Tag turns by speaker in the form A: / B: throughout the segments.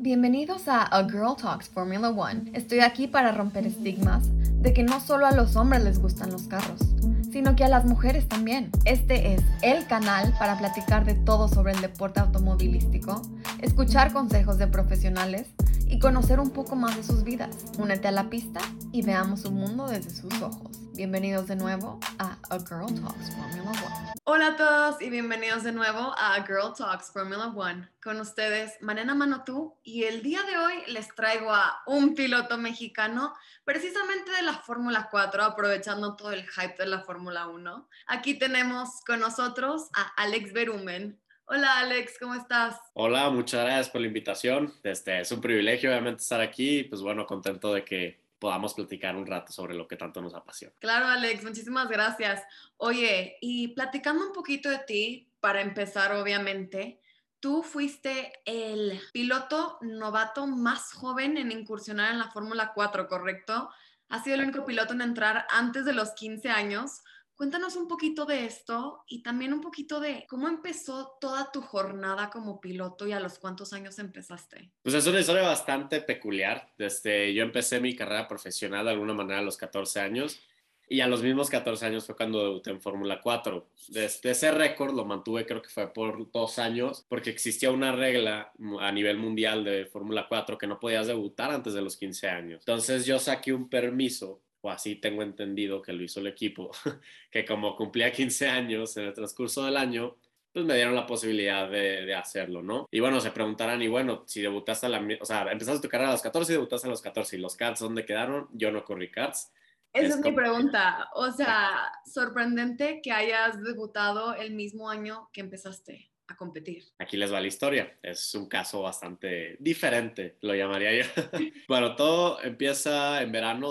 A: Bienvenidos a Girl Talks Formula One. Estoy aquí para romper estigmas de que no solo a los hombres les gustan los carros, sino que a las mujeres también. Este es el canal para platicar de todo sobre el deporte automovilístico, escuchar consejos de profesionales y conocer un poco más de sus vidas. Únete a la pista y veamos un mundo desde sus ojos. Bienvenidos de nuevo a Girl Talks Formula One. Hola a todos y bienvenidos de nuevo a Girl Talks Formula One. Con ustedes, Manena Manotú, y el día de hoy les traigo a un piloto mexicano precisamente de la Fórmula 4, aprovechando todo el hype de la Fórmula 1. Aquí tenemos con nosotros a Alex Berumen. Hola Alex, ¿cómo estás?
B: Hola, muchas gracias por la invitación. Es un privilegio obviamente estar aquí y pues bueno, contento de que podamos platicar un rato sobre lo que tanto nos apasiona.
A: Claro, Alex, muchísimas gracias. Oye, y platicando un poquito de ti, para empezar, obviamente, tú fuiste el piloto novato más joven en incursionar en la Fórmula 4, ¿correcto? Has sido el único piloto en entrar antes de los 15 años. Cuéntanos un poquito de esto y también un poquito de cómo empezó toda tu jornada como piloto y a los cuántos años empezaste.
B: Pues es una historia bastante peculiar. Yo empecé mi carrera profesional de alguna manera a los 14 años y a los mismos 14 años fue cuando debuté en Fórmula 4. Ese récord lo mantuve, creo que fue por 2 años, porque existía una regla a nivel mundial de Fórmula 4 que no podías debutar antes de los 15 años. Entonces yo saqué un permiso, o así tengo entendido que lo hizo el equipo, que como cumplía 15 años en el transcurso del año, pues me dieron la posibilidad de hacerlo, ¿no? Y bueno, se preguntarán, y bueno, si debutaste o sea, empezaste tu carrera a los 14 y debutaste a los 14, y los karts, ¿dónde quedaron? Yo no corrí karts.
A: Esa
B: Es
A: es mi
B: como,
A: pregunta. O sea, sorprendente que hayas debutado el mismo año que empezaste a competir.
B: aquí les va la historia. Es un caso bastante diferente, lo llamaría yo. Bueno, todo empieza en verano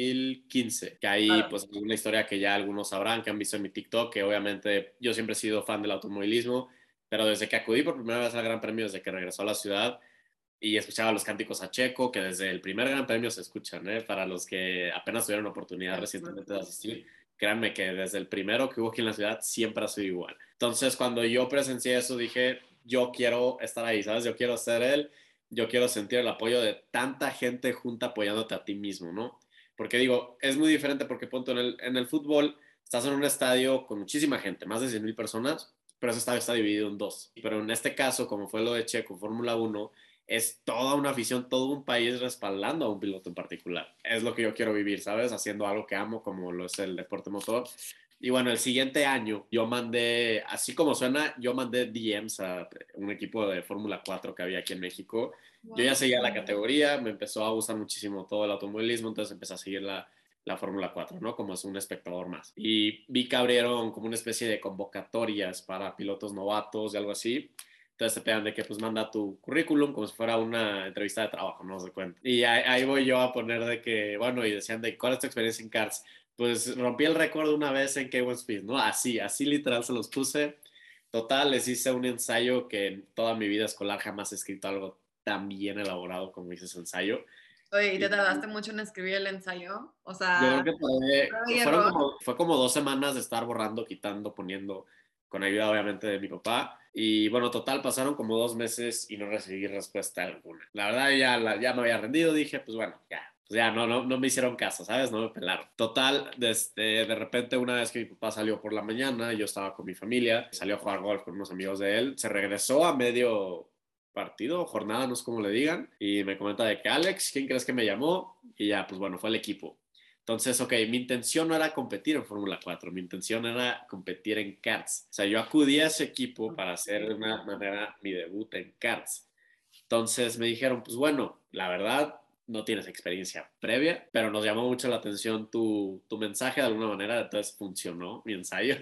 B: 2015, que ahí
A: Claro.
B: pues es una historia que ya algunos sabrán, que han visto en mi TikTok, que obviamente yo siempre he sido fan del automovilismo, pero desde que acudí por primera vez al Gran Premio, desde que regresó a la ciudad, y escuchaba los cánticos a Checo, que desde el primer Gran Premio se escuchan, ¿eh? Para los que apenas tuvieron oportunidad recientemente de asistir, créanme que desde el primero que hubo aquí en la ciudad siempre ha sido igual. Entonces, cuando yo presencié eso, dije, yo quiero estar ahí, ¿sabes? Yo quiero ser él, yo quiero sentir el apoyo de tanta gente junta apoyándote a ti mismo, ¿no? Porque digo, es muy diferente porque punto en el fútbol estás en un estadio con muchísima gente, más de 100,000 personas, pero ese estadio está dividido en dos. Pero en este caso, como fue lo de Checo, Fórmula 1, es toda una afición, todo un país respaldando a un piloto en particular. Es lo que yo quiero vivir, ¿sabes? Haciendo algo que amo, como lo es el deporte motor. Y bueno, el siguiente año yo mandé, así como suena, yo mandé DMs a un equipo de Fórmula 4 que había aquí en México. Yo ya
A: Wow.
B: seguía la categoría, me empezó a gustar muchísimo todo el automovilismo, entonces empecé a seguir la Fórmula 4, ¿no? Como es un espectador más. Y vi que abrieron como una especie de convocatorias para pilotos novatos y algo así. Entonces te pegan de que pues manda tu currículum como si fuera una entrevista de trabajo, no se cuenta. Y ahí voy yo a poner de que, bueno, y decían de cuál es tu experiencia en karts. Pues rompí el récord una vez en K1 Speed, ¿no? Así literal se los puse. Total, les hice un ensayo que en toda mi vida escolar jamás he escrito algo tan bien elaborado como hice ese ensayo.
A: Oye, ¿y te
B: Y
A: tardaste mucho en escribir el ensayo? O
B: yo
A: sea,
B: creo que
A: prueba y error.
B: fue como 2 semanas de estar borrando, quitando, poniendo, con ayuda obviamente de mi papá. Y bueno, total, pasaron como 2 meses y no recibí respuesta alguna. La verdad ya me había rendido, dije, pues bueno, ya. Pues ya no me hicieron caso, ¿sabes? No me pelaron. Total, de repente una vez que mi papá salió por la mañana, yo estaba con mi familia, salió a jugar golf con unos amigos de él, se regresó a medio partido o jornada, no sé cómo le digan, y me comenta de que Alex, ¿quién crees que me llamó? Y ya, pues bueno, fue el equipo. Entonces, ok, mi intención no era competir en Fórmula 4, mi intención era competir en karts. O sea, yo acudí a ese equipo para hacer de una manera mi debut en karts. Entonces me dijeron, pues bueno, la verdad, no tienes experiencia previa, pero nos llamó mucho la atención tu mensaje de alguna manera, entonces funcionó mi ensayo.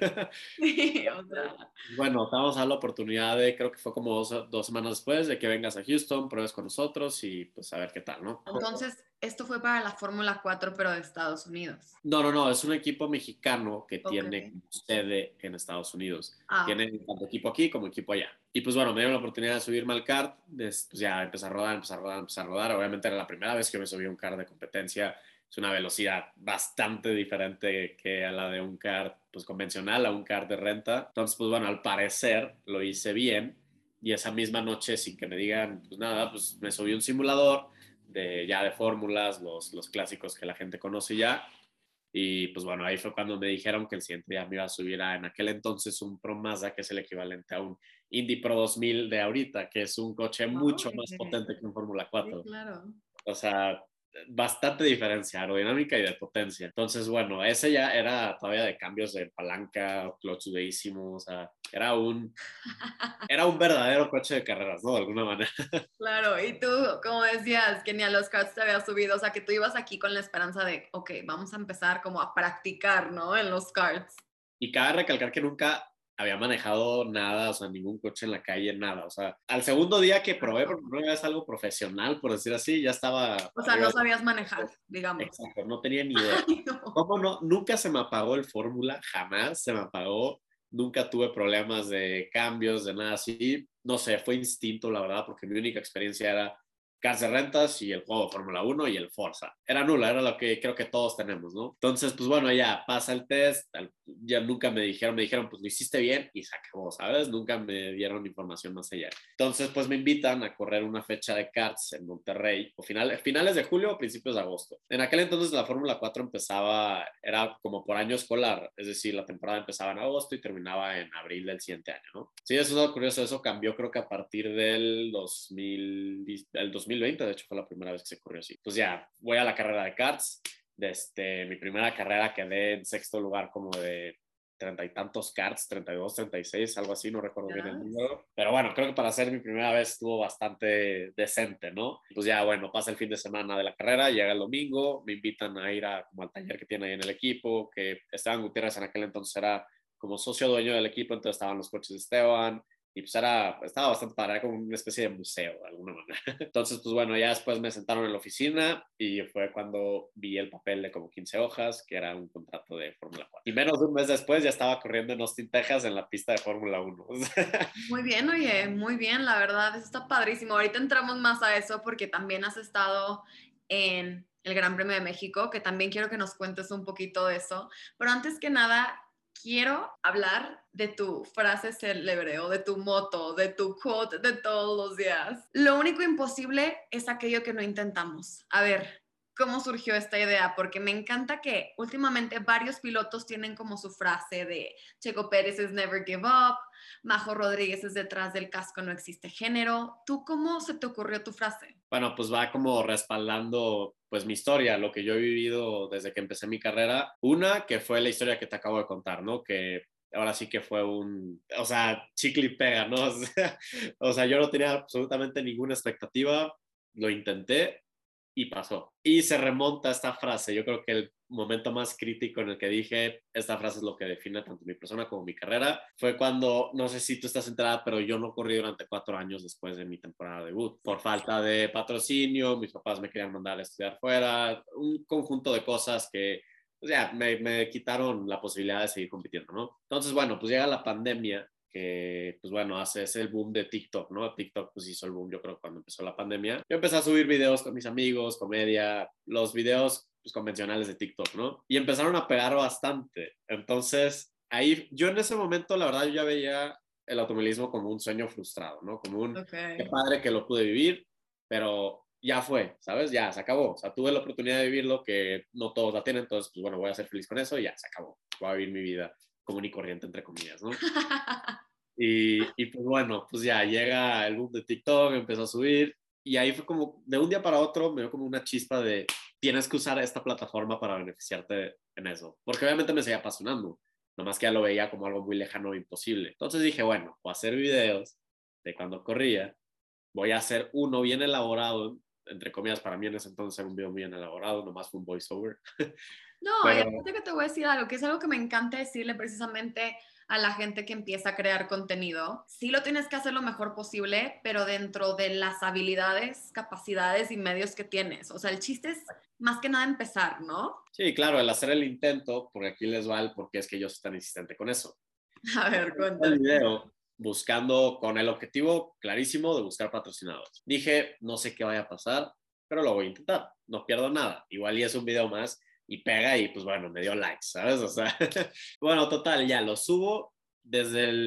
A: Sí, o sea.
B: Bueno, te vamos a dar la oportunidad de, creo que fue como 2 semanas después, de que vengas a Houston, pruebes con nosotros y pues a ver qué tal, ¿no?
A: Entonces, esto fue para la Fórmula 4, pero de Estados Unidos.
B: No, es un equipo mexicano que
A: Ok.
B: tiene sede en Estados Unidos.
A: Ah, ok.
B: Tiene tanto equipo aquí como equipo allá. Y pues bueno, me dieron la oportunidad de subirme al kart, pues ya empecé a rodar, empecé a rodar, empecé a rodar. Obviamente era la primera vez que me subí a un kart de competencia. Es una velocidad bastante diferente que a la de un kart pues convencional, a un kart de renta. Entonces, pues bueno, al parecer lo hice bien. y esa misma noche, sin que me digan pues nada, pues me subí un simulador ya de fórmulas, los clásicos que la gente conoce ya. Y pues bueno, ahí fue cuando me dijeron que el siguiente día me iba a subir en aquel entonces un Pro Mazda, que es el equivalente a un Indy Pro 2000 de ahorita, que es un coche mucho
A: Ay,
B: más potente que un Fórmula
A: sí,
B: 4.
A: claro.
B: O sea, bastante diferencia aerodinámica y de potencia. Entonces, bueno, ese ya era todavía de cambios de palanca, clutch durísimo, o sea, era un verdadero coche de carreras, ¿no? De alguna manera.
A: Claro, y tú, como decías, que ni a los karts te había subido, o sea, que tú ibas aquí con la esperanza de, ok, vamos a empezar como a practicar, ¿no? En los karts.
B: Y cabe recalcar que nunca había manejado nada, o sea, ningún coche en la calle, nada. O sea, al segundo día que probé por primera vez algo profesional, por decir así, ya estaba
A: O sea,
B: arriba
A: no
B: de...
A: sabías manejar, digamos.
B: Exacto, no tenía ni idea.
A: Ay, no.
B: ¿Cómo no? Nunca se me apagó el Fórmula, jamás se me apagó. Nunca tuve problemas de cambios, de nada así. No sé, fue instinto, la verdad, porque mi única experiencia era Cars de Rentas y el juego de Fórmula 1 y el Forza. Era nula, era lo que creo que todos tenemos, ¿no? Entonces, pues bueno, ya pasa el test, ya nunca me dijeron, pues lo hiciste bien y se acabó, ¿sabes? Nunca me dieron información más allá. Entonces, pues me invitan a correr una fecha de karts en Monterrey, o finales de julio o principios de agosto. En aquel entonces la Fórmula 4 empezaba, era como por año escolar, es decir, la temporada empezaba en agosto y terminaba en abril del siguiente año, ¿no? Sí, eso es algo curioso, eso cambió creo que a partir del 2020, de hecho fue la primera vez que se corrió así. Pues ya, voy a la carrera de karts, desde mi primera carrera quedé en sexto lugar como de treinta y tantos karts, 32, 36, algo así, no recuerdo bien el
A: Yes.
B: número. Pero bueno, creo que para ser mi primera vez estuvo bastante decente, ¿no? Pues ya, bueno, pasa el fin de semana de la carrera, llega el domingo, me invitan a ir como al taller que tiene ahí en el equipo, que Esteban Gutiérrez en aquel entonces era como socio dueño del equipo, entonces estaban los coches de Esteban, y pues estaba bastante padre, era como una especie de museo de alguna manera. Entonces, pues bueno, ya después me sentaron en la oficina y fue cuando vi el papel de como 15 hojas, que era un contrato de Fórmula 4. Y menos de un mes después ya estaba corriendo en Austin, Texas, en la pista de Fórmula 1.
A: Muy bien, oye, muy bien, la verdad, eso está padrísimo. Ahorita entramos más a eso porque también has estado en el Gran Premio de México, que también quiero que nos cuentes un poquito de eso. Pero antes que nada, quiero hablar de tu frase célebre o de tu moto, de tu quote de todos los días. Lo único imposible es aquello que no intentamos. A ver, ¿cómo surgió esta idea? Porque me encanta que últimamente varios pilotos tienen como su frase de Checo Pérez es never give up, Majo Rodríguez es detrás del casco, no existe género. ¿Tú cómo se te ocurrió tu frase?
B: Bueno, pues va como respaldando pues mi historia, lo que yo he vivido desde que empecé mi carrera. Una, que fue la historia que te acabo de contar, ¿no? Que ahora sí que fue o sea, chicle y pega, ¿no? O sea, yo no tenía absolutamente ninguna expectativa, lo intenté y pasó. Y se remonta a esta frase. Yo creo que el momento más crítico en el que dije, esta frase es lo que define tanto mi persona como mi carrera, fue cuando, no sé si tú estás enterada, pero yo no corrí durante 4 años después de mi temporada de debut. Por falta de patrocinio, mis papás me querían mandar a estudiar fuera, un conjunto de cosas que pues ya me quitaron la posibilidad de seguir compitiendo, ¿no? Entonces, bueno, pues llega la pandemia que, pues bueno, es el boom de TikTok, ¿no? TikTok pues hizo el boom, yo creo, cuando empezó la pandemia. Yo empecé a subir videos con mis amigos, comedia, los videos pues, convencionales de TikTok, ¿no? Y empezaron a pegar bastante. Entonces, ahí, yo en ese momento, la verdad, yo ya veía el automovilismo como un sueño frustrado, ¿no? Como
A: Ok.
B: qué padre que lo pude vivir, pero ya fue, ¿sabes? Ya se acabó. O sea, tuve la oportunidad de vivirlo que no todos la tienen, entonces, pues bueno, voy a ser feliz con eso y ya se acabó. Voy a vivir mi vida común y corriente, entre comillas, ¿no? Y pues bueno, pues ya llega el boom de TikTok, empezó a subir y ahí fue como, de un día para otro, me dio como una chispa de, tienes que usar esta plataforma para beneficiarte en eso. Porque obviamente me seguía apasionando, nomás que ya lo veía como algo muy lejano e imposible. Entonces dije, bueno, voy a hacer videos de cuando corría, voy a hacer uno bien elaborado, entre comillas, para mí en ese entonces era un video bien elaborado, nomás fue un voiceover.
A: No, y
B: Pero
A: aparte que te voy a decir algo, que es algo que me encanta decirle precisamente a la gente que empieza a crear contenido. Sí lo tienes que hacer lo mejor posible, pero dentro de las habilidades, capacidades y medios que tienes. O sea, el chiste es más que nada empezar, ¿no?
B: sí, claro, el hacer el intento, porque aquí les va el por qué es que yo soy tan insistente con eso.
A: A
B: Porque
A: ver,
B: el
A: cuéntame.
B: video buscando con el objetivo clarísimo de buscar patrocinadores. Dije, no sé qué vaya a pasar, pero lo voy a intentar. No pierdo nada. Igual y es un video más y pega y pues bueno, me dio likes, ¿sabes? O sea, bueno, total, ya lo subo desde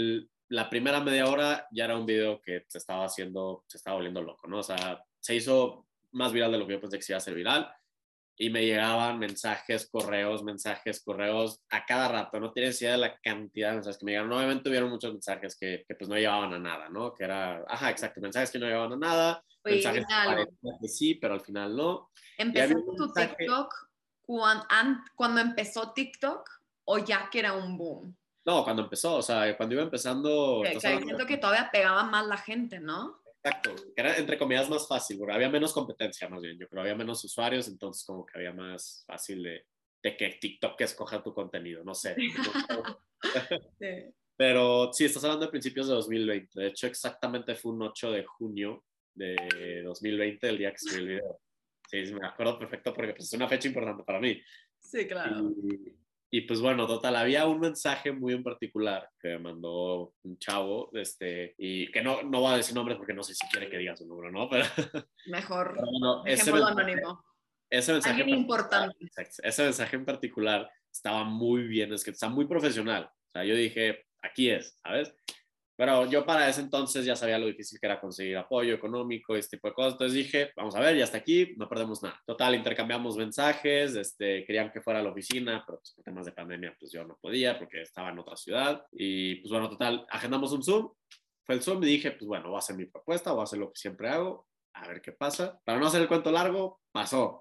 B: la primera media hora ya era un video que se estaba volviendo loco, ¿no? O sea, se hizo más viral de lo que yo pensé que se iba a ser viral y me llegaban mensajes, correos a cada rato. No tienes idea de la cantidad de mensajes que me llegaron. Obviamente tuvieron muchos mensajes que pues no llevaban a nada, ¿no? Que era, ajá, exacto, mensajes que no llevaban a nada,
A: Oye,
B: mensajes
A: dime
B: que
A: algo.
B: parecían que sí, pero al final no. Y había
A: ¿Empezaste
B: un
A: tu
B: mensaje,
A: TikTok cuando empezó TikTok o ya que era un boom?
B: no, cuando empezó, o sea, cuando iba empezando,
A: Que,
B: estás
A: que
B: hablando
A: siento que todavía pegaba más la gente, ¿no?
B: exacto, que era entre comillas más fácil, porque había menos competencia más bien, yo creo, había menos usuarios, entonces como que había más fácil de que TikTok escoja tu contenido, no sé.
A: Sí.
B: Pero sí, estás hablando de principios de 2020, de hecho exactamente fue un 8 de junio de 2020 el día que subí el video. Sí, me acuerdo perfecto porque pues, es una fecha importante para mí.
A: Sí, claro.
B: Y, y pues bueno, total, había un mensaje muy en particular que me mandó un chavo, y que no va a decir nombres porque no sé si quiere que diga su nombre, ¿no? Pero,
A: Mejor
B: pero bueno,
A: dejémoslo anónimo.
B: ese mensaje
A: Alguien
B: en particular,
A: importante.
B: exacto, ese mensaje en particular estaba muy bien, es que está muy profesional. O sea, yo dije, aquí es, ¿sabes? Pero yo para ese entonces ya sabía lo difícil que era conseguir apoyo económico, este tipo de cosas. Entonces dije, vamos a ver, ya está aquí, no perdemos nada. Total, intercambiamos mensajes, querían que fuera a la oficina, pero pues, por temas de pandemia pues yo no podía porque estaba en otra ciudad. Y pues bueno, total, agendamos un Zoom. Fue el Zoom y dije, pues bueno, voy a hacer mi propuesta, voy a hacer lo que siempre hago, a ver qué pasa. Para no hacer el cuento largo, pasó.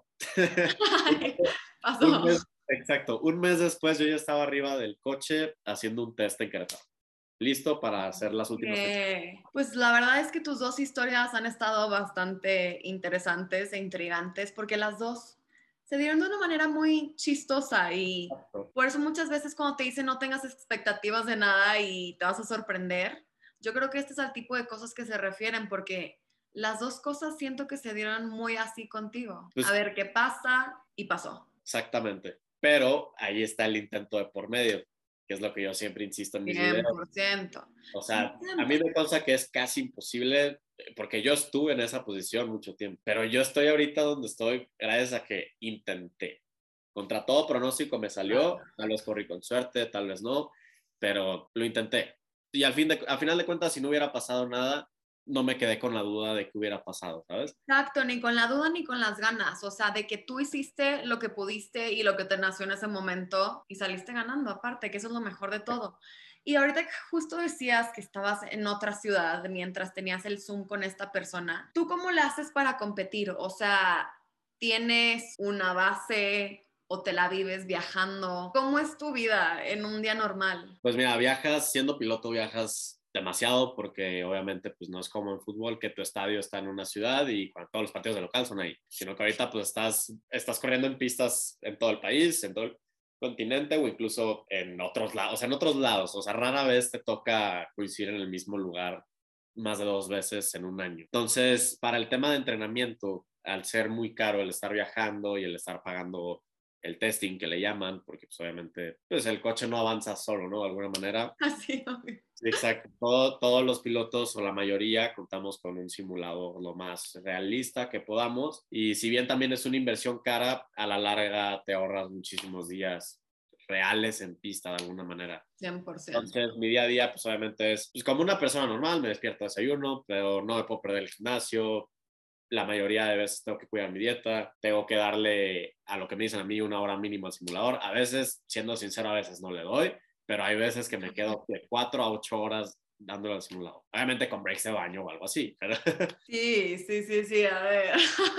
B: un
A: Pasó.
B: mes, exacto, un mes después yo ya estaba arriba del coche haciendo un test en Querétaro listo para hacer las últimas fechas.
A: Pues la verdad es que tus dos historias han estado bastante interesantes e intrigantes porque las dos se dieron de una manera muy chistosa y por eso muchas veces cuando te dicen no tengas expectativas de nada y te vas a sorprender, yo creo que este es el tipo de cosas que se refieren porque las dos cosas siento que se dieron muy así contigo. A
B: Pues
A: ver qué pasa y pasó.
B: exactamente. Pero ahí está el intento de por medio, que es lo que yo siempre insisto en mis
A: Cien
B: videos.
A: por ciento.
B: O sea, a mí
A: 100%.
B: me consta que es casi imposible, porque yo estuve en esa posición mucho tiempo, pero yo estoy ahorita donde estoy gracias a que intenté. Contra todo pronóstico me salió, tal vez corrí con suerte, tal vez no, pero lo intenté. Y al final de cuentas, si no hubiera pasado nada, no me quedé con la duda de qué hubiera pasado, ¿sabes?
A: Exacto, ni con la duda ni con las ganas, o sea, de que tú hiciste lo que pudiste y lo que te nació en ese momento y saliste ganando, aparte, que eso es lo mejor de todo. Y ahorita que justo decías que estabas en otra ciudad mientras tenías el Zoom con esta persona, ¿tú cómo le haces para competir? O sea, ¿tienes una base o te la vives viajando? ¿Cómo es tu vida en un día normal?
B: Pues mira, siendo piloto viajas demasiado porque obviamente pues no es como en fútbol que tu estadio está en una ciudad y cuando todos los partidos de local son ahí, sino que ahorita pues estás corriendo en pistas en todo el país, en todo el continente o incluso en otros lados, o sea, rara vez te toca coincidir en el mismo lugar más de 2 veces en un año. Entonces, para el tema de entrenamiento, al ser muy caro el estar viajando y el estar pagando el testing que le llaman, porque pues obviamente pues el coche no avanza solo, ¿no? De alguna manera.
A: Así, obvio.
B: Sí, exacto. Todos los pilotos o la mayoría contamos con un simulador lo más realista que podamos y si bien también es una inversión cara, a la larga te ahorras muchísimos días reales en pista de alguna manera.
A: 100%.
B: Entonces, mi día a día, pues obviamente es pues, como una persona normal, me despierto, desayuno, pero no me puedo perder el gimnasio, la mayoría de veces tengo que cuidar mi dieta, tengo que darle a lo que me dicen a mí 1 hora mínimo al simulador. A veces, siendo sincero, a veces no le doy, pero hay veces que me quedo de 4 a 8 horas dándole al simulador. Obviamente con breaks de baño o algo así. Pero...
A: Sí, sí, sí, sí, a ver.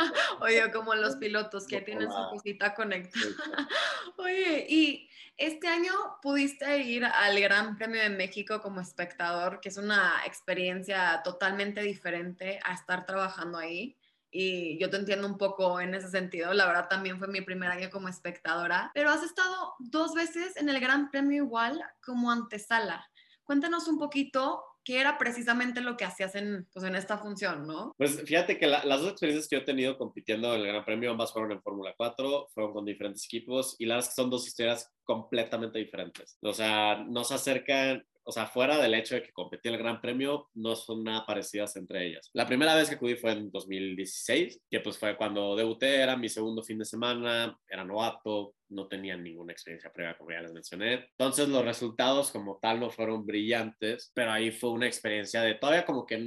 A: Oye, como los pilotos que tienen su cosita conectada. Oye, y este año pudiste ir al Gran Premio de México como espectador, que es una experiencia totalmente diferente a estar trabajando ahí. Y yo te entiendo un poco en ese sentido. La verdad también fue mi primer año como espectadora. Pero has estado 2 veces en el Gran Premio igual como antesala. Cuéntanos un poquito qué era precisamente lo que hacías pues en esta función, ¿no?
B: Pues fíjate que las dos experiencias que yo he tenido compitiendo en el Gran Premio, ambas fueron en Fórmula 4, fueron con diferentes equipos y las que son dos historias completamente diferentes. O sea, no se acercan, o sea, fuera del hecho de que competí en el Gran Premio, no son nada parecidas entre ellas. La primera vez que acudí fue en 2016, que pues fue cuando debuté, era mi segundo fin de semana, era novato, no tenía ninguna experiencia previa, como ya les mencioné. Entonces los resultados como tal no fueron brillantes, pero ahí fue una experiencia de todavía como que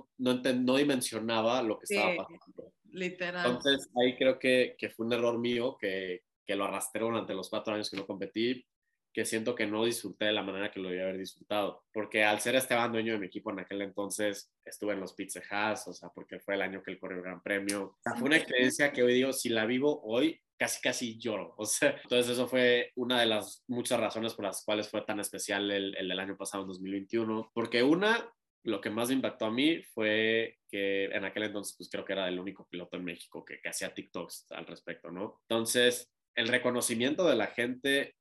B: no dimensionaba lo que estaba
A: Sí,
B: pasando.
A: literal.
B: Entonces ahí creo que fue un error mío que lo arrastré durante los 4 años que no competí, que siento que no disfruté de la manera que lo debía haber disfrutado. Porque al ser Esteban dueño de mi equipo en aquel entonces, estuve en los Pizza Hats, o sea, porque fue el año que él corrió el Gran Premio. O sea, fue una
A: 100%.
B: experiencia que hoy digo, si la vivo hoy, casi casi lloro. O sea, entonces eso fue una de las muchas razones por las cuales fue tan especial el del año pasado, en 2021. Porque una, lo que más me impactó a mí fue que en aquel entonces, pues creo que era el único piloto en México que hacía TikToks al respecto, ¿no? Entonces, el reconocimiento de la gente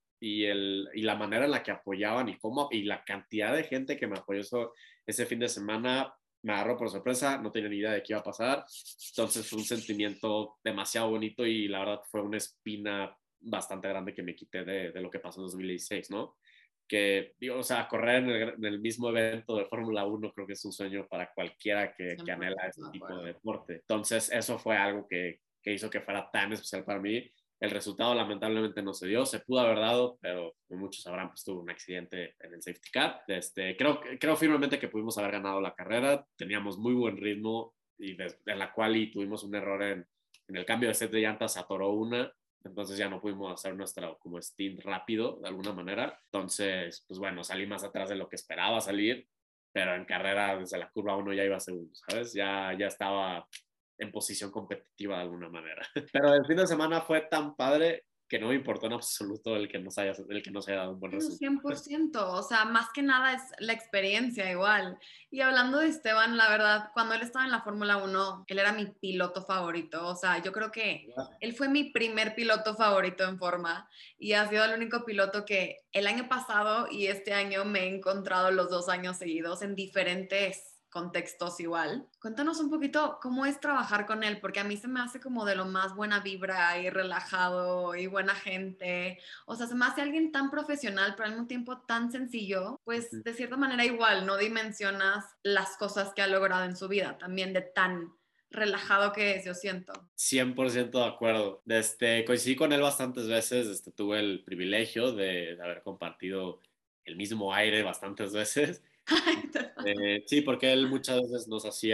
B: y la manera en la que apoyaban y la cantidad de gente que me apoyó ese fin de semana me agarró por sorpresa, no tenía ni idea de qué iba a pasar. Entonces fue un sentimiento demasiado bonito y la verdad fue una espina bastante grande que me quité de lo que pasó en 2016, ¿no? Que, digo, o sea, correr en el mismo evento de Fórmula 1 creo que es un sueño para cualquiera que anhela
A: 100%
B: este
A: de
B: tipo de
A: acuerdo.
B: deporte. Entonces, eso fue algo que hizo que fuera tan especial para mí. El resultado lamentablemente no se dio, se pudo haber dado, pero como muchos sabrán, pues tuvo un accidente en el safety car. Creo firmemente que pudimos haber ganado la carrera, teníamos muy buen ritmo y en la cual y tuvimos un error en el cambio de set de llantas, atoró una, entonces ya no pudimos hacer nuestra como stint rápido de alguna manera. Entonces, pues bueno, salí más atrás de lo que esperaba salir, pero en carrera desde la curva uno ya iba segundo, ¿sabes? Ya estaba en posición competitiva de alguna manera. Pero el fin de semana fue tan padre que no me importó en absoluto el que no se haya dado un buen
A: Bueno,
B: resultado.
A: 100%, o sea, más que nada es la experiencia igual. Y hablando de Esteban, la verdad, cuando él estaba en la Fórmula 1, él era mi piloto favorito, o sea, yo creo que él fue mi primer piloto favorito en forma y ha sido el único piloto que el año pasado y este año me he encontrado los 2 años seguidos en diferentes contextos igual. Cuéntanos un poquito cómo es trabajar con él, porque a mí se me hace como de lo más buena vibra y relajado y buena gente. O sea, se me hace alguien tan profesional, pero al mismo tiempo tan sencillo, pues de cierta manera igual no dimensionas las cosas que ha logrado en su vida, también de tan relajado que es, yo siento.
B: 100% de acuerdo. Coincidí con él bastantes veces. Tuve el privilegio de haber compartido el mismo aire bastantes veces. Sí, porque él muchas veces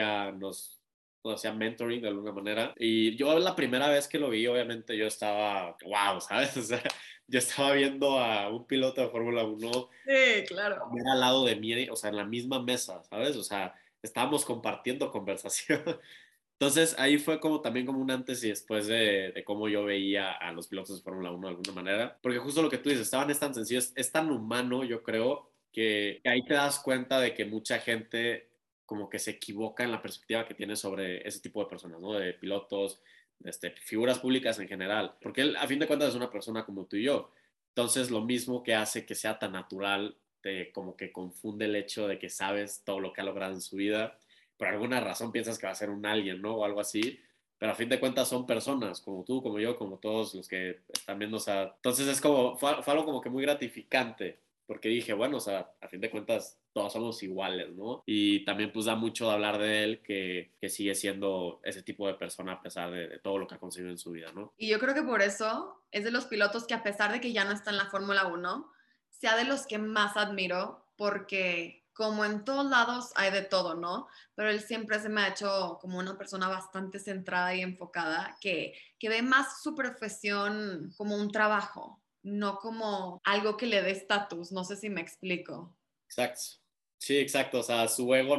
B: nos hacía mentoring de alguna manera. Y yo la primera vez que lo vi, obviamente yo estaba, wow, ¿sabes? O sea, yo estaba viendo a un piloto de Fórmula 1
A: Sí, claro.
B: comer al lado de mí, o sea, en la misma mesa, ¿sabes? O sea, estábamos compartiendo conversación. Entonces ahí fue como también como un antes y después de cómo yo veía a los pilotos de Fórmula 1 de alguna manera, porque justo lo que tú dices, estaban es tan sencillo, es tan humano, yo creo, que ahí te das cuenta de que mucha gente como que se equivoca en la perspectiva que tiene sobre ese tipo de personas, ¿no? De pilotos, figuras públicas en general, porque él a fin de cuentas es una persona como tú y yo. Entonces lo mismo que hace que sea tan natural, te como que confunde el hecho de que sabes todo lo que ha logrado en su vida por alguna razón piensas que va a ser un alien, ¿no? O algo así, pero a fin de cuentas son personas, como tú, como yo, como todos los que están viendo, o sea, entonces fue algo como que muy gratificante, porque dije, bueno, o sea, a fin de cuentas todos somos iguales, ¿no? Y también pues da mucho de hablar de él que sigue siendo ese tipo de persona a pesar de todo lo que ha conseguido en su vida, ¿no?
A: Y yo creo que por eso es de los pilotos que a pesar de que ya no está en la Fórmula 1, sea de los que más admiro, porque como en todos lados hay de todo, ¿no? Pero él siempre se me ha hecho como una persona bastante centrada y enfocada, que ve más su profesión como un trabajo, no como algo que le dé estatus, no sé si me explico.
B: Exacto. Sí, exacto. O sea, su ego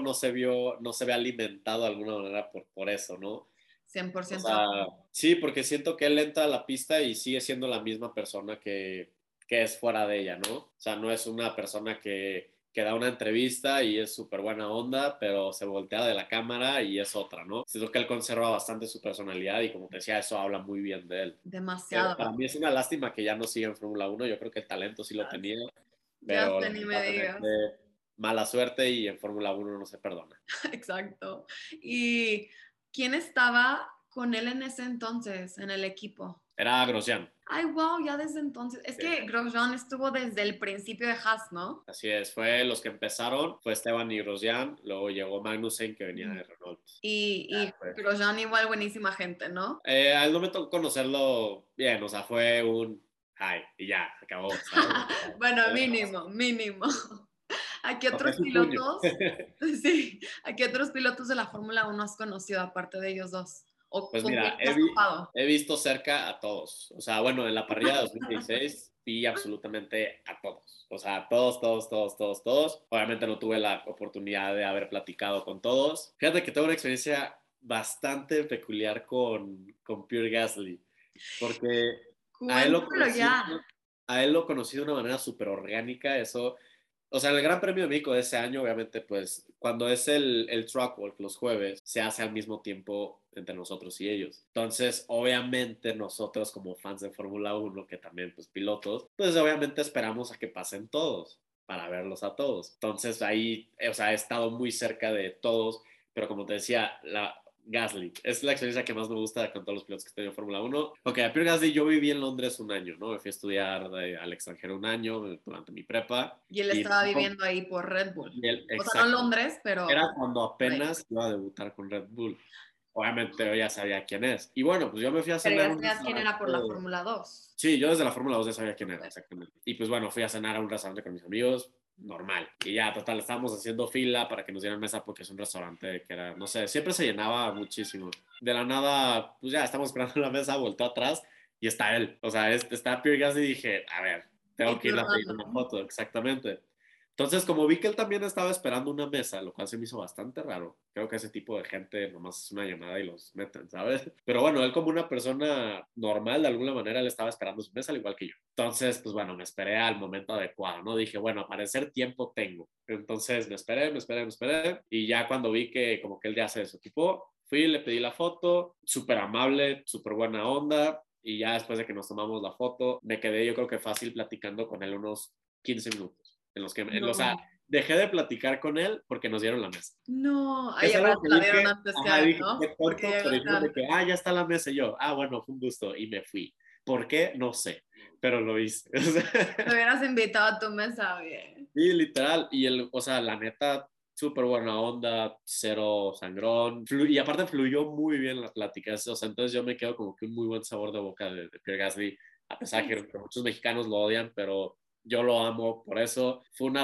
B: no se ve alimentado de alguna manera por eso, ¿no?
A: cien por
B: O
A: ciento
B: sea, sí, porque siento que él entra a la pista y sigue siendo la misma persona que es fuera de ella, ¿no? O sea, no es una persona que da una entrevista y es súper buena onda, pero se voltea de la cámara y es otra, ¿no? Siento que él conserva bastante su personalidad y como te decía, eso habla muy bien de él. Para
A: demasiado.
B: mí es una lástima que ya no siga en Fórmula 1, yo creo que el talento sí lo tenía,
A: Ya
B: pero
A: sé, ni me
B: lamentablemente
A: digas.
B: mala suerte y en Fórmula 1 no se perdona.
A: Exacto. ¿Y quién estaba con él en ese entonces, en el equipo?
B: Era Grosjean.
A: Ay, wow, ya desde entonces. Es
B: Sí.
A: que Grosjean estuvo desde el principio de Haas, ¿no?
B: Así es, fue los que empezaron, fue Esteban y Grosjean, luego llegó Magnussen que venía de Renault.
A: Y
B: Pues.
A: Grosjean igual buenísima gente, ¿no?
B: A él no me tocó conocerlo bien, o sea, fue un hi y ya, acabó, ¿sabes?
A: Bueno, mínimo. ¿A qué
B: Toqué
A: otros
B: su puño.
A: pilotos? Sí, ¿a qué otros pilotos de la Fórmula 1 has conocido aparte de ellos dos? ¿O
B: Pues
A: con
B: mira,
A: quién te has topado?
B: he visto cerca a todos. O sea, bueno, en la parrilla de 2016 vi absolutamente a todos. O sea, todos. Obviamente no tuve la oportunidad de haber platicado con todos. Fíjate que tengo una experiencia bastante peculiar con Pierre Gasly, porque a él lo
A: Cuéntamelo
B: conocí,
A: ya.
B: a él lo conocí de una manera súper orgánica. Eso, o sea, el Gran Premio de México de ese año, obviamente, pues cuando es el track walk los jueves, se hace al mismo tiempo entre nosotros y ellos. Entonces, obviamente, nosotros como fans de Fórmula 1, que también pues pilotos, pues obviamente esperamos a que pasen todos para verlos a todos. Entonces, ahí, o sea, he estado muy cerca de todos, pero como te decía, Gasly. Es la experiencia que más me gusta con todos los pilotos que he tenido en Fórmula 1. Ok, a Pierre Gasly yo viví en Londres un año, ¿no? Me fui a estudiar al extranjero un año durante mi prepa.
A: Y él
B: Y
A: estaba viviendo ahí por Red Bull. O sea, no en
B: exacto.
A: Londres, pero
B: Era cuando
A: por ahí.
B: apenas iba a debutar con Red Bull. Obviamente yo ya sabía quién es. Y bueno, pues yo me fui a
A: Pero
B: cenar a
A: ya
B: un
A: sabías quién era por la
B: restaurante.
A: Fórmula 2.
B: Sí, yo desde la Fórmula 2 ya sabía quién era,
A: Súper.
B: exactamente. Y pues bueno, fui a cenar a un restaurante con mis amigos, normal. Y ya, total, estábamos haciendo fila para que nos dieran mesa porque es un restaurante que era, no sé, siempre se llenaba muchísimo. De la nada, pues ya, estamos esperando la mesa, volteó atrás y está él. O sea, está Pierre Gasly y dije, a ver, tengo
A: Y
B: que
A: tú
B: ir a pedir una
A: random.
B: foto, exactamente. Entonces, como vi que él también estaba esperando una mesa, lo cual se me hizo bastante raro. Creo que ese tipo de gente nomás es una llamada y los meten, ¿sabes? Pero bueno, él como una persona normal, de alguna manera, él estaba esperando su mesa al igual que yo. Entonces, pues bueno, me esperé al momento adecuado, ¿no? Dije, bueno, a parecer tiempo tengo. Entonces, me esperé. Y ya cuando vi que como que él ya se desocupó, fui, le pedí la foto, súper amable, súper buena onda. Y ya después de que nos tomamos la foto, me quedé yo creo que fácil platicando con él unos 15 minutos en los que, o sea,
A: No,
B: dejé de platicar con él porque nos dieron la mesa.
A: no.
B: Que
A: Ay,
B: es
A: aparte
B: algo
A: te
B: que
A: la
B: dije,
A: dieron antes que
B: ajá,
A: a él,
B: dije,
A: ¿no?
B: qué
A: Porque
B: tonto, pero
A: llegaste
B: dijeron de que,
A: antes.
B: ya está la mesa y yo, bueno, fue un gusto y me fui. ¿Por qué? No sé, pero lo hice.
A: Me hubieras invitado a tu mesa, bien.
B: Y literal, o sea, la neta, súper buena onda, cero sangrón, y aparte fluyó muy bien la plática, o sea, entonces yo me quedo como que un muy buen sabor de boca de Pierre Gasly, a pesar
A: Sí,
B: que muchos mexicanos lo odian, pero yo lo amo por eso.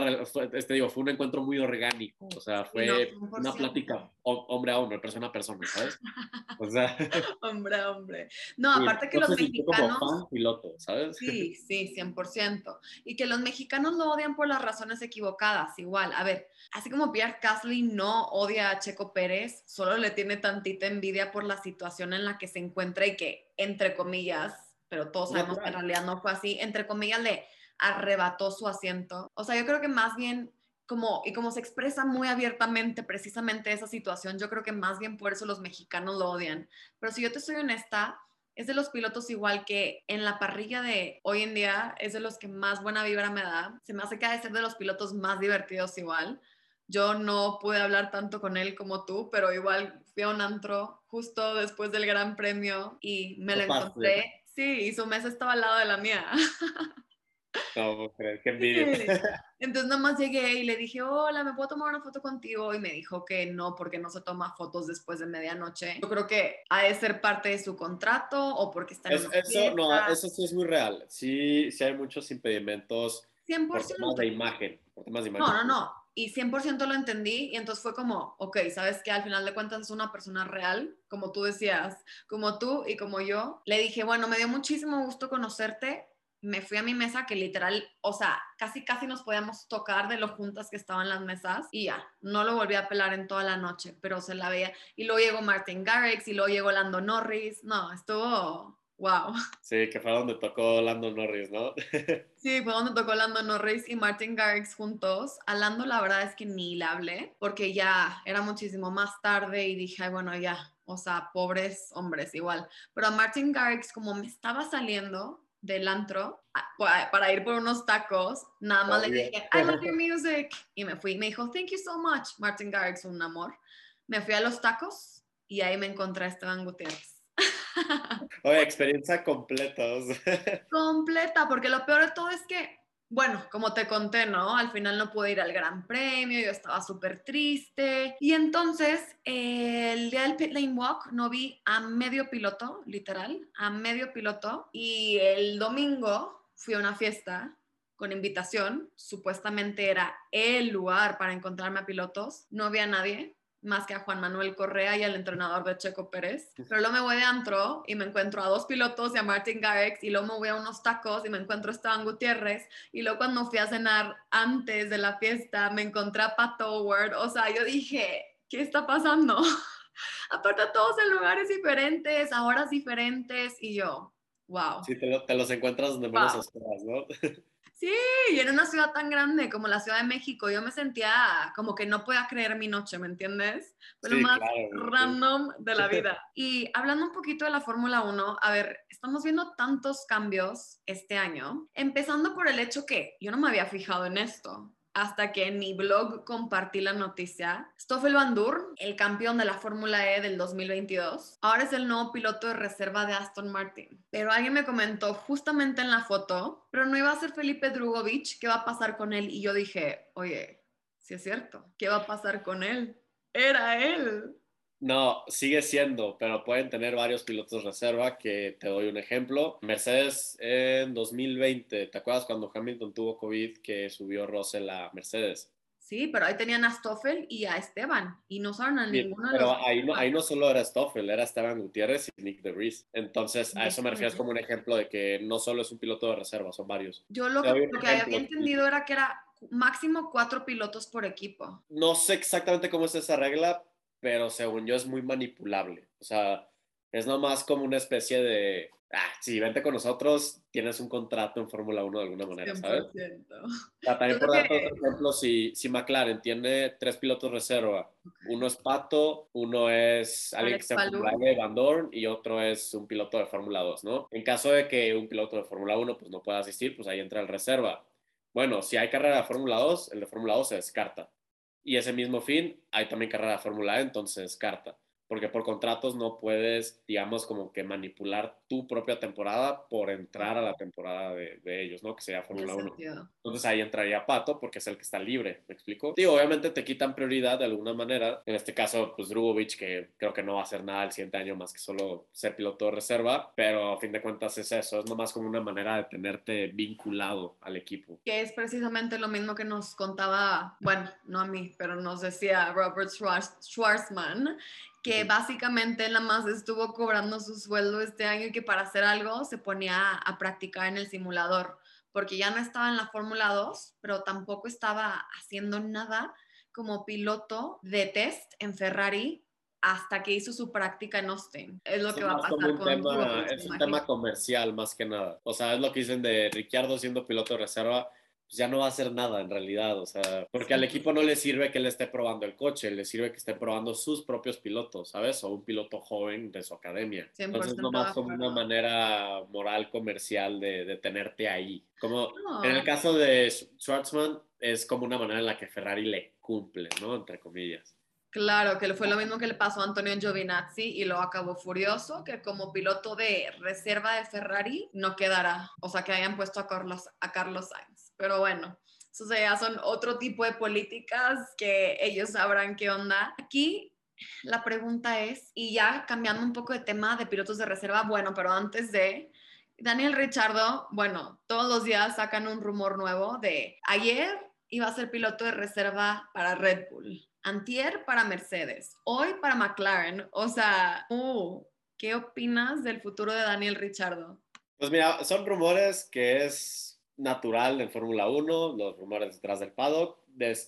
B: Fue un encuentro muy orgánico, o sea,
A: sí, no,
B: fue una
A: 100%.
B: plática hombre a hombre, persona a persona, ¿sabes? O sea,
A: Hombre, hombre. No,
B: y
A: aparte que
B: no
A: los
B: se sintió como
A: mexicanos,
B: fan piloto, ¿sabes?
A: sí, sí, 100%. Y que los mexicanos lo odian por las razones equivocadas, igual. A ver, así como Pierre Gasly no odia a Checo Pérez, solo le tiene tantita envidia por la situación en la que se encuentra y que, entre comillas, pero todos sabemos que en
B: Natural.
A: realidad no fue así, entre comillas le arrebató su asiento. O sea, yo creo que más bien como se expresa muy abiertamente precisamente esa situación, yo creo que más bien por eso los mexicanos lo odian. Pero si yo te soy honesta, es de los pilotos igual que en la parrilla de hoy en día es de los que más buena vibra me da. Se me hace que ha de ser de los pilotos más divertidos igual. Yo no pude hablar tanto con él como tú, pero igual fui a un antro justo después del Gran Premio y me lo
B: Topaste.
A: encontré. Sí, y su mesa estaba al lado de la mía.
B: No puedo creer, qué envidia.
A: Sí. Entonces nada más llegué y le dije, hola, ¿me puedo tomar una foto contigo? Y me dijo que no, porque no se toma fotos después de medianoche. Yo creo que ha de ser parte de su contrato o porque está en una
B: Eso, no,
A: fiesta.
B: eso sí es muy real. Sí, sí hay muchos impedimentos
A: cien por
B: por temas de
A: ciento
B: imagen, por temas de
A: No,
B: imagen.
A: no, no. Y 100% lo entendí y entonces fue como, ok, sabes que al final de cuentas es una persona real, como tú decías, como tú y como yo. Le dije, bueno, me dio muchísimo gusto conocerte. Me fui a mi mesa que literal, o sea, casi nos podíamos tocar de lo juntas que estaban las mesas y ya, no lo volví a pelar en toda la noche, pero se la veía. Y luego llegó Martin Garrix y luego llegó Lando Norris. No, estuvo, wow.
B: Sí, que fue donde tocó Lando Norris, ¿no?
A: Sí, fue donde tocó Lando Norris y Martin Garrix juntos. A Lando la verdad es que ni le hablé porque ya era muchísimo más tarde y dije, ay, bueno, ya, o sea, pobres hombres igual. Pero a Martin Garrix, como me estaba saliendo del antro para ir por unos tacos, nada más le
B: Obvio.
A: dije, I love your music. Y me fui. Me dijo, thank you so much. Martin Garrix, un amor. Me fui a los tacos y ahí me encontré a Esteban Gutiérrez.
B: Oye, experiencia completa. O sea.
A: Completa, porque lo peor de todo es que, bueno, como te conté, ¿no? Al final no pude ir al Gran Premio, yo estaba súper triste. Y entonces, el día del Pit Lane Walk no vi a medio piloto, literal, a medio piloto. Y el domingo fui a una fiesta con invitación, supuestamente era el lugar para encontrarme a pilotos, no vi a nadie más que a Juan Manuel Correa y al entrenador de Checo Pérez. Pero luego me voy de antro y me encuentro a dos pilotos y a Martin Garrix y luego me voy a unos tacos y me encuentro a Esteban Gutiérrez y luego cuando fui a cenar antes de la fiesta me encontré a Pat Howard. O sea, yo dije, ¿qué está pasando? Aparte todos en lugares diferentes, a horas diferentes y yo, wow.
B: Sí, te los encuentras donde menos
A: Wow.
B: esperas, ¿no?
A: Sí, y en una ciudad tan grande como la Ciudad de México, yo me sentía como que no podía creer mi noche, ¿me entiendes? Fue lo
B: Sí,
A: más
B: claro, me imagino.
A: random de la vida. Y hablando un poquito de la Fórmula Uno, a ver, estamos viendo tantos cambios este año, empezando por el hecho que yo no me había fijado en esto hasta que en mi blog compartí la noticia. Stoffel Van Dorn, el campeón de la Fórmula E del 2022, ahora es el nuevo piloto de reserva de Aston Martin. Pero alguien me comentó justamente en la foto, pero no iba a ser Felipe Drugovich, ¿qué va a pasar con él? Y yo dije, oye, sí es cierto, ¿qué va a pasar con él? Era él.
B: No, sigue siendo, pero pueden tener varios pilotos reserva, que te doy un ejemplo. Mercedes en 2020, ¿te acuerdas cuando Hamilton tuvo COVID que subió Russell a Mercedes?
A: Sí, pero ahí tenían a Stoffel y a Esteban y no usaron a
B: Bien,
A: ninguno de
B: pero
A: los...
B: ahí no solo era Stoffel, era Esteban Gutiérrez y Nick DeVries. Entonces, a eso me refiero como un ejemplo de que no solo es un piloto de reserva, son varios.
A: Yo lo
B: Te
A: que,
B: doy un
A: lo que había
B: ejemplo.
A: entendido era que era máximo 4 pilotos por equipo.
B: No sé exactamente cómo es esa regla, pero según yo es muy manipulable. O sea, es nomás como una especie de, sí, vente con nosotros, tienes un contrato en Fórmula Uno de alguna manera, ¿sabes?
A: 100%.
B: También
A: Yo lo
B: por
A: que...
B: darte otro ejemplo, si McLaren tiene tres pilotos reserva, uno es Pato, uno es alguien que
A: Alex
B: está en Fórmula
A: Palou.
B: E, Van Dorn, y otro es un piloto de Fórmula 2, ¿no? En caso de que un piloto de Fórmula 1 pues no pueda asistir, pues ahí entra el reserva. Bueno, si hay carrera de Fórmula 2, el de Fórmula 2 se descarta. Y ese mismo fin, hay también carrera de Fórmula E, entonces se descarta. Porque por contratos no puedes, digamos, como que manipular tu propia temporada por entrar a la temporada de ellos, ¿no? Que sería
A: Tiene
B: Fórmula 1.
A: sentido.
B: Entonces ahí entraría Pato porque es el que está libre, ¿me explico? Digo, obviamente te quitan prioridad de alguna manera. En este caso, pues Drugovic, que creo que no va a hacer nada el siguiente año más que solo ser piloto de reserva, pero a fin de cuentas es eso, es nomás como una manera de tenerte vinculado al equipo.
A: Que es precisamente lo mismo que nos contaba, bueno, no a mí, pero nos decía Robert Schwarzman, que
B: Ujú.
A: básicamente él nada más estuvo cobrando su sueldo este año y que para hacer algo se ponía a practicar en el simulador, porque ya no estaba en la Fórmula 2, pero tampoco estaba haciendo nada como piloto de test en Ferrari hasta que hizo su práctica en Austin. Es lo
B: Eso
A: que
B: es
A: va a
B: más como
A: pasar
B: un
A: con
B: tema,
A: Drugovich, me
B: es un
A: imagino.
B: tema comercial más que nada. O sea, es lo que dicen de Ricciardo siendo piloto de reserva, pues ya no va a hacer nada en realidad. O sea, porque al equipo no le sirve que él esté probando el coche, le sirve que esté probando sus propios pilotos, ¿sabes? O un piloto joven de su academia. Entonces,
A: 100% de
B: nomás como una
A: acuerdo.
B: manera moral comercial de tenerte ahí. Como en el
A: No,
B: caso de Schwartzman, es como una manera en la que Ferrari le cumple, ¿no? Entre comillas.
A: claro, que fue lo mismo que le pasó a Antonio Giovinazzi y lo acabó furioso, que como piloto de reserva de Ferrari no quedará, o sea, que hayan puesto a Carlos Sainz. Pero bueno, eso ya son otro tipo de políticas que ellos sabrán qué onda. Aquí la pregunta es, y ya cambiando un poco de tema de pilotos de reserva, bueno, pero antes de... Daniel Richardo, bueno, todos los días sacan un rumor nuevo de ayer iba a ser piloto de reserva para Red Bull, antier para Mercedes, hoy para McLaren. O sea, ¿qué opinas del futuro de Daniel Richardo?
B: Pues mira, son rumores que es natural en Fórmula Uno, los rumores detrás del paddock.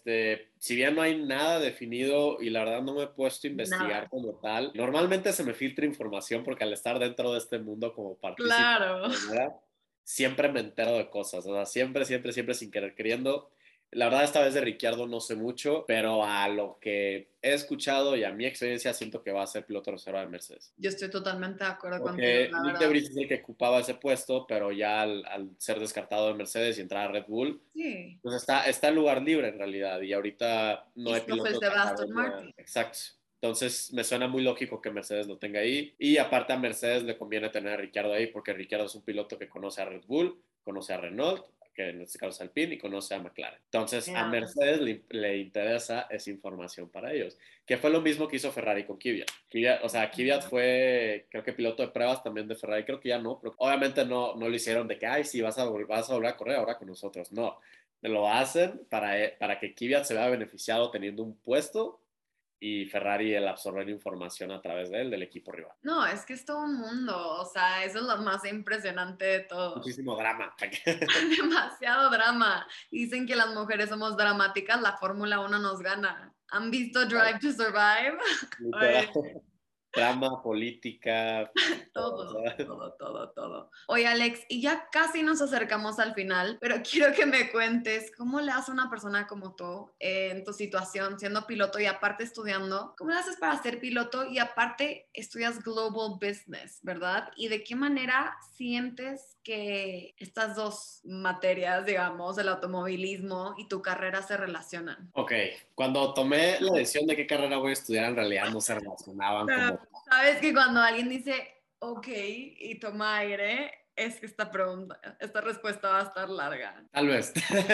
B: Si bien no hay nada definido y la verdad no me he puesto a investigar
A: Nada.
B: como tal, normalmente se me filtra información porque al estar dentro de este mundo como partícipe,
A: Claro.
B: siempre me entero de cosas, o sea, siempre, siempre, siempre sin querer queriendo. La verdad, esta vez de Ricciardo no sé mucho, pero a lo que he escuchado y a mi experiencia siento que va a ser piloto reserva de Mercedes.
A: Yo estoy totalmente de acuerdo contigo,
B: Porque
A: la
B: Nick
A: verdad.
B: DeVries es el que ocupaba ese puesto, pero ya al ser descartado de Mercedes y entrar a Red Bull,
A: Sí.
B: pues está el lugar libre en realidad y ahorita no
A: Y
B: hay
A: Stoffel
B: pilotos
A: se
B: de
A: va a Aston
B: academia.
A: Martin.
B: Exacto. Entonces me suena muy lógico que Mercedes lo tenga ahí. Y aparte a Mercedes le conviene tener a Ricciardo ahí porque Ricciardo es un piloto que conoce a Red Bull, conoce a Renault, que en este caso es Alpine, y conoce a McLaren. Entonces a
A: Yeah.
B: Mercedes le interesa esa información para ellos, que fue lo mismo que hizo Ferrari con Kvyat. O sea, Kvyat fue, creo que piloto de pruebas también de Ferrari, creo que ya no, pero obviamente no lo hicieron de que, ay, sí, vas a volver a correr ahora con nosotros. No, lo hacen para que Kvyat se vea beneficiado teniendo un puesto y Ferrari el absorber información a través de él, del equipo rival.
A: No, es que es todo un mundo, o sea, eso es lo más impresionante de todo.
B: Muchísimo drama.
A: Demasiado drama. Dicen que las mujeres somos dramáticas, la Fórmula 1 nos gana. ¿Han visto Drive to Survive?
B: Literal.
A: Ay,
B: Drama, política, todo. O
A: todo,
B: sea,
A: todo, todo, todo. Oye, Alex, y ya casi nos acercamos al final, pero quiero que me cuentes cómo le hace una persona como tú en tu situación, siendo piloto y aparte estudiando. ¿Cómo le haces para ser piloto y aparte estudias Global Business, verdad? ¿Y de qué manera sientes que estas dos materias, digamos, el automovilismo y tu carrera se relacionan?
B: ok, cuando tomé la decisión de qué carrera voy a estudiar, en realidad no se relacionaban
A: Pero
B: como
A: sabes que cuando alguien dice, ok, y toma aire, es que esta respuesta va a estar larga.
B: tal vez.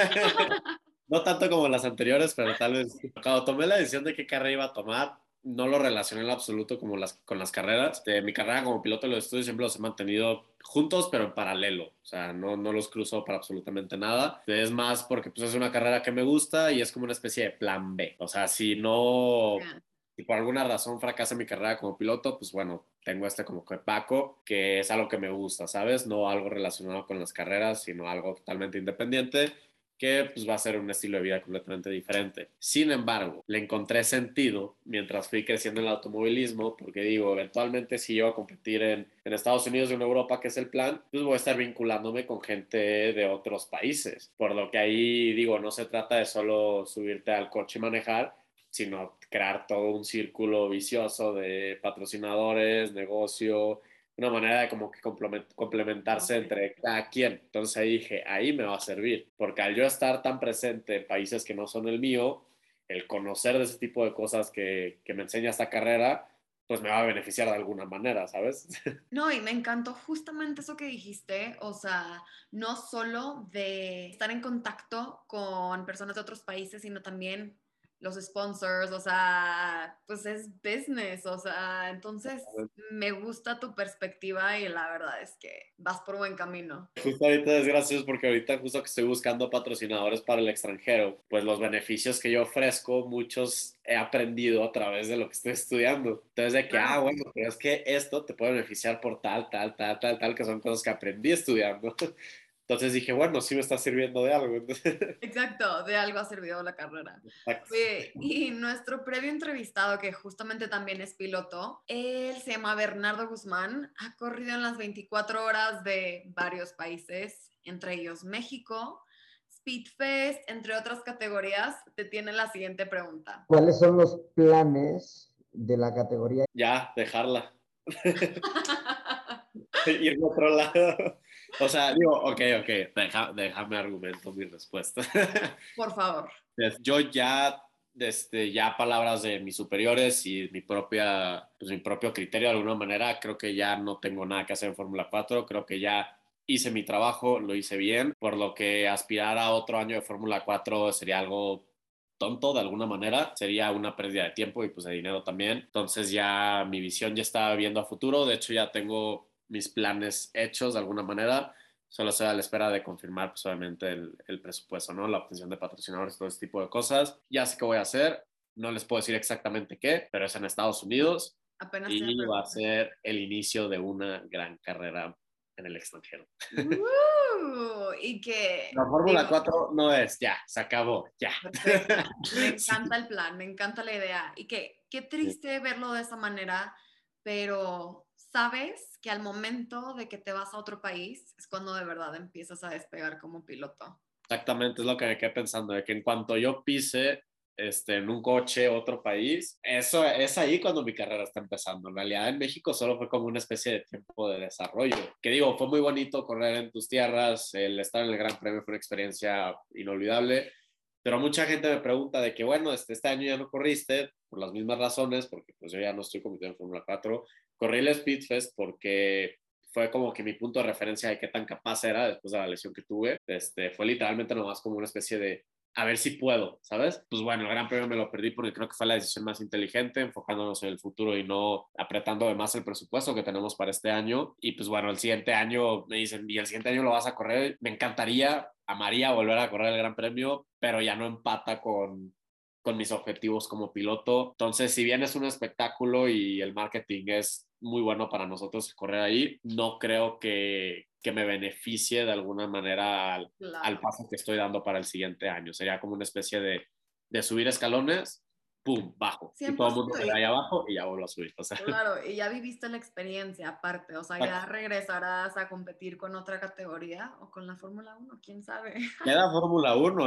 B: No tanto como las anteriores, pero tal vez. Cuando tomé la decisión de qué carrera iba a tomar, no lo relacioné en lo absoluto como con las carreras. De mi carrera como piloto de los estudios siempre los he mantenido juntos, pero en paralelo. O sea, no los cruzo para absolutamente nada. Es más porque pues, es una carrera que me gusta y es como una especie de plan B. O sea,
A: Yeah.
B: si por alguna razón fracasa mi carrera como piloto, pues bueno, tengo como que backup, que es algo que me gusta, ¿sabes? No algo relacionado con las carreras, sino algo totalmente independiente que pues va a ser un estilo de vida completamente diferente. Sin embargo, le encontré sentido mientras fui creciendo en el automovilismo, porque digo, eventualmente si yo a competir en Estados Unidos o en Europa, que es el plan, pues voy a estar vinculándome con gente de otros países. Por lo que ahí digo, no se trata de solo subirte al coche y manejar, sino crear todo un círculo vicioso de patrocinadores, negocio, una manera de como que complementarse entre cada quien. Entonces ahí dije, ahí me va a servir, porque al yo estar tan presente en países que no son el mío, el conocer de ese tipo de cosas que me enseña esta carrera, pues me va a beneficiar de alguna manera, ¿sabes?
A: No, y me encantó justamente eso que dijiste, o sea, no solo de estar en contacto con personas de otros países, sino también los sponsors, o sea, pues es business, o sea, entonces me gusta tu perspectiva y la verdad es que vas por buen camino.
B: Justo ahorita es gracioso porque ahorita justo que estoy buscando patrocinadores para el extranjero, pues los beneficios que yo ofrezco, muchos he aprendido a través de lo que estoy estudiando. Entonces de que,
A: Claro.
B: bueno, pero es que esto te puede beneficiar por tal, que son cosas que aprendí estudiando. Entonces dije, bueno, sí me está sirviendo de algo.
A: Exacto, de algo ha servido la carrera. Oye, y nuestro previo entrevistado, que justamente también es piloto, él se llama Bernardo Guzmán, ha corrido en las 24 horas de varios países, entre ellos México, Speedfest, entre otras categorías. Te tiene la siguiente pregunta.
C: ¿Cuáles son los planes de la categoría?
B: Ya, dejarla. Ir a otro lado. O sea, digo, ok, déjame argumento mi respuesta.
A: Por favor.
B: Yo ya, ya palabras de mis superiores y pues mi propio criterio de alguna manera, creo que ya no tengo nada que hacer en Fórmula 4, creo que ya hice mi trabajo, lo hice bien, por lo que aspirar a otro año de Fórmula 4 sería algo tonto de alguna manera, sería una pérdida de tiempo y pues de dinero también. Entonces ya mi visión ya está viendo a futuro, de hecho ya tengo mis planes hechos de alguna manera. Solo estoy a la espera de confirmar, pues obviamente, el presupuesto, ¿no? La obtención de patrocinadores, todo ese tipo de cosas. Ya sé qué voy a hacer. No les puedo decir exactamente qué, pero es en Estados Unidos
A: Apenas te iba a
B: y va a
A: preguntar.
B: ser el inicio de una gran carrera en el extranjero.
A: Y que,
B: La Fórmula
A: digo,
B: 4 no es, ya, se acabó, ya.
A: perfecto. Me
B: Sí.
A: encanta el plan, me encanta la idea. Y que qué triste verlo de esa manera, pero sabes que al momento de que te vas a otro país es cuando de verdad empiezas a despegar como piloto.
B: Exactamente, es lo que me quedé pensando, de que en cuanto yo pise en un coche otro país, eso es ahí cuando mi carrera está empezando. En realidad en México solo fue como una especie de tiempo de desarrollo, que digo, fue muy bonito correr en tus tierras, el estar en el Gran Premio fue una experiencia inolvidable, Pero mucha gente me pregunta de que, bueno, este año ya no corriste por las mismas razones, porque pues yo ya no estoy compitiendo en Fórmula 4. Corrí el Speedfest porque fue como que mi punto de referencia de qué tan capaz era después de la lesión que tuve. Fue literalmente nomás como una especie de a ver si puedo, ¿sabes? Pues bueno, el Gran Premio me lo perdí porque creo que fue la decisión más inteligente, enfocándonos en el futuro y no apretando de más el presupuesto que tenemos para este año. Y pues bueno, el siguiente año me dicen, y el siguiente año lo vas a correr. Me encantaría, amaría volver a correr el Gran Premio, pero ya no empata con mis objetivos como piloto. Entonces, si bien es un espectáculo y el marketing es muy bueno para nosotros correr ahí, no creo que me beneficie de alguna manera al
A: Claro.
B: paso que estoy dando para el siguiente año. Sería como una especie de subir escalones, pum, bajo. Y todo el mundo
A: 100%.
B: me da ahí abajo y ya vuelvo a subir. O sea,
A: Claro, y ya viviste la experiencia aparte, o sea, ya regresarás a competir con otra categoría o con la Fórmula 1, quién sabe.
B: queda Fórmula 1,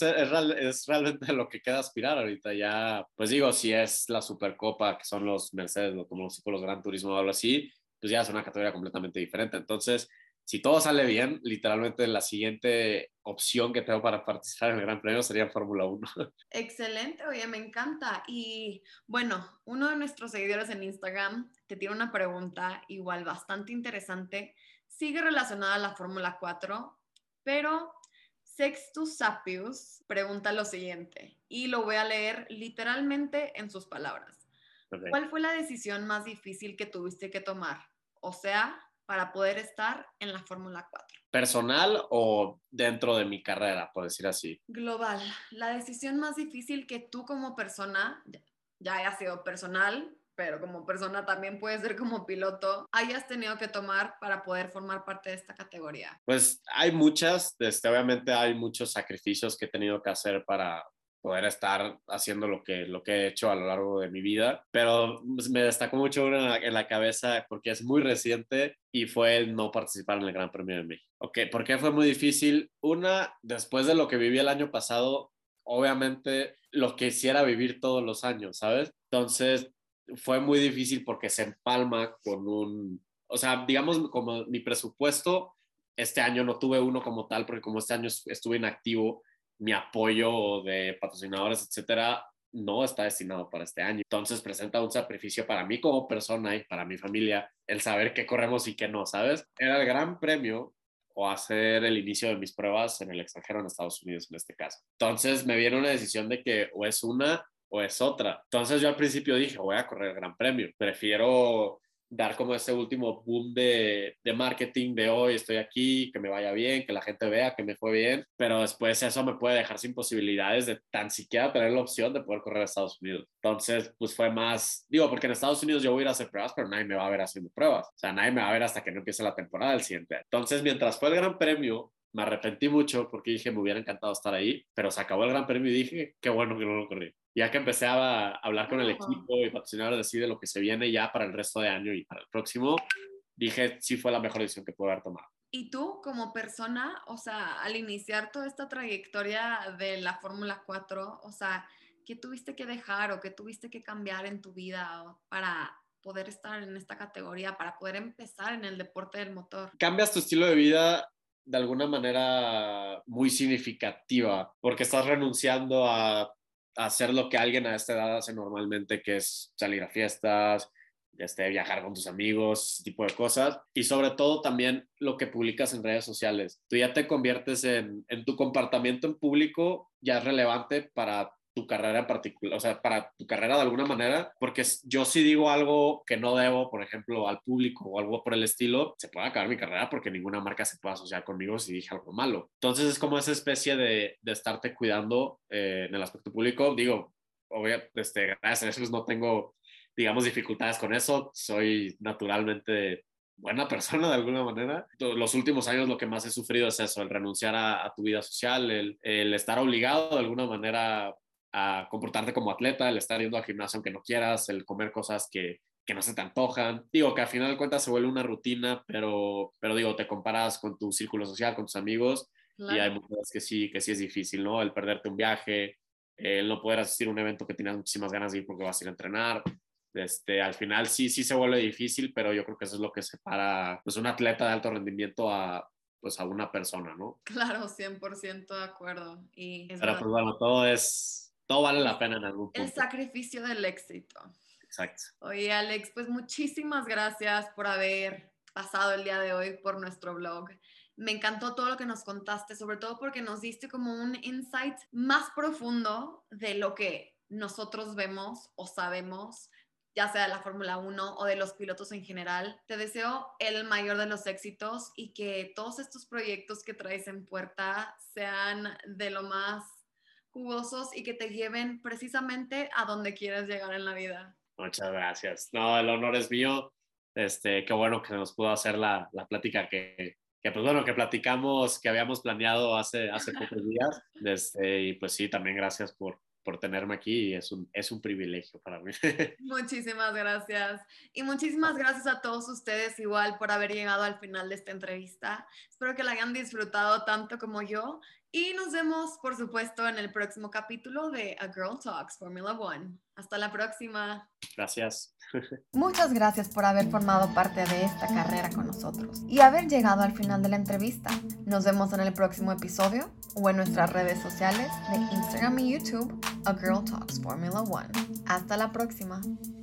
B: es realmente lo que queda aspirar ahorita. Ya, pues digo, si es la Supercopa, que son los Mercedes, como los Gran Turismo o algo así, pues ya es una categoría completamente diferente. Entonces, si todo sale bien, literalmente la siguiente opción que tengo para participar en el Gran Premio sería Fórmula 1.
A: Excelente, oye, me encanta. Y bueno, uno de nuestros seguidores en Instagram te tiene una pregunta igual bastante interesante. Sigue relacionada a la Fórmula 4, pero Sextus Sapius pregunta lo siguiente, y lo voy a leer literalmente en sus palabras.
B: Okay.
A: ¿Cuál fue la decisión más difícil que tuviste que tomar? O sea, para poder estar en la Fórmula 4.
B: ¿Personal o dentro de mi carrera, por decir así?
A: Global, la decisión más difícil que tú como persona, ya haya sido personal, pero como persona también puede ser como piloto, hayas tenido que tomar para poder formar parte de esta categoría.
B: Pues hay muchas, obviamente hay muchos sacrificios que he tenido que hacer para poder estar haciendo lo que he hecho a lo largo de mi vida, pero pues, me destacó mucho uno en la cabeza porque es muy reciente y fue el no participar en el Gran Premio de México. Ok, ¿por qué fue muy difícil? Una, después de lo que viví el año pasado, obviamente lo quisiera vivir todos los años, ¿sabes? Entonces fue muy difícil porque se empalma con o sea, digamos como mi presupuesto, este año no tuve uno como tal, porque como este año estuve inactivo, mi apoyo de patrocinadores, etcétera, no está destinado para este año. Entonces presenta un sacrificio para mí como persona y para mi familia el saber qué corremos y qué no, ¿sabes? Era el gran premio o hacer el inicio de mis pruebas en el extranjero, en Estados Unidos en este caso. Entonces me viene una decisión de que o es una o es otra. Entonces yo al principio dije, voy a correr el Gran Premio, prefiero dar como ese último boom de marketing de hoy estoy aquí, que me vaya bien, que la gente vea que me fue bien, pero después eso me puede dejar sin posibilidades de tan siquiera tener la opción de poder correr a Estados Unidos. Entonces, pues fue más, digo, porque en Estados Unidos yo voy a ir a hacer pruebas, pero nadie me va a ver haciendo pruebas. O sea, nadie me va a ver hasta que no empiece la temporada del siguiente. Entonces, mientras fue el Gran Premio, me arrepentí mucho porque dije, me hubiera encantado estar ahí, pero se acabó el Gran Premio y dije, qué bueno que no lo corrí. Ya que empecé a hablar con el
A: Oh.
B: equipo y patrocinadores así de lo que se viene ya para el resto de año y para el próximo, dije, sí fue la mejor decisión que pude haber tomado.
A: Y tú como persona, o sea, al iniciar toda esta trayectoria de la Fórmula 4, o sea, ¿qué tuviste que dejar o qué tuviste que cambiar en tu vida para poder estar en esta categoría, para poder empezar en el deporte del motor?
B: Cambias tu estilo de vida de alguna manera muy significativa, porque estás renunciando a hacer lo que alguien a esta edad hace normalmente, que es salir a fiestas, viajar con tus amigos, ese tipo de cosas. Y sobre todo también lo que publicas en redes sociales. Tú ya te conviertes en tu comportamiento en público, ya es relevante para tu carrera en particular, o sea, para tu carrera de alguna manera, porque yo si digo algo que no debo, por ejemplo, al público o algo por el estilo, se puede acabar mi carrera porque ninguna marca se puede asociar conmigo si dije algo malo. Entonces es como esa especie de estarte cuidando en el aspecto público. Digo, obviamente, gracias a eso pues no tengo, digamos, dificultades con eso. Soy naturalmente buena persona de alguna manera. Los últimos años lo que más he sufrido es eso, el renunciar a tu vida social, el estar obligado de alguna manera a comportarte como atleta, el estar yendo al gimnasio aunque no quieras, el comer cosas que no se te antojan. Digo que al final de cuentas se vuelve una rutina, pero digo, te comparas con tu círculo social, con tus amigos, y hay
A: Claro.
B: muchas veces que sí es difícil, ¿no? El perderte un viaje, el no poder asistir a un evento que tienes muchísimas ganas de ir porque vas a ir a entrenar. Al final sí se vuelve difícil, pero yo creo que eso es lo que separa pues, un atleta de alto rendimiento pues a una persona, ¿no?
A: Claro, 100% de acuerdo. Y es
B: Pero
A: verdad,
B: pues bueno, todo vale la pena en algún
A: el
B: punto.
A: sacrificio del éxito.
B: Exacto.
A: Oye, Alex, pues muchísimas gracias por haber pasado el día de hoy por nuestro blog. Me encantó todo lo que nos contaste, sobre todo porque nos diste como un insight más profundo de lo que nosotros vemos o sabemos, ya sea de la Fórmula 1 o de los pilotos en general. Te deseo el mayor de los éxitos y que todos estos proyectos que traes en puerta sean de lo más jugosos y que te lleven precisamente a donde quieras llegar en la vida.
B: Muchas gracias. No, el honor es mío. Qué bueno que nos pudo hacer la plática pues bueno, que platicamos, que habíamos planeado hace pocos días. Y pues sí, también gracias por tenerme aquí y es un privilegio para mí.
A: Muchísimas gracias. Y muchísimas gracias a todos ustedes igual por haber llegado al final de esta entrevista. Espero que la hayan disfrutado tanto como yo. Y nos vemos, por supuesto, en el próximo capítulo de A Girl Talks Formula One. Hasta la próxima.
B: Gracias.
A: Muchas gracias por haber formado parte de esta carrera con nosotros y haber llegado al final de la entrevista. Nos vemos en el próximo episodio o en nuestras redes sociales de Instagram y YouTube, A Girl Talks Formula One. Hasta la próxima.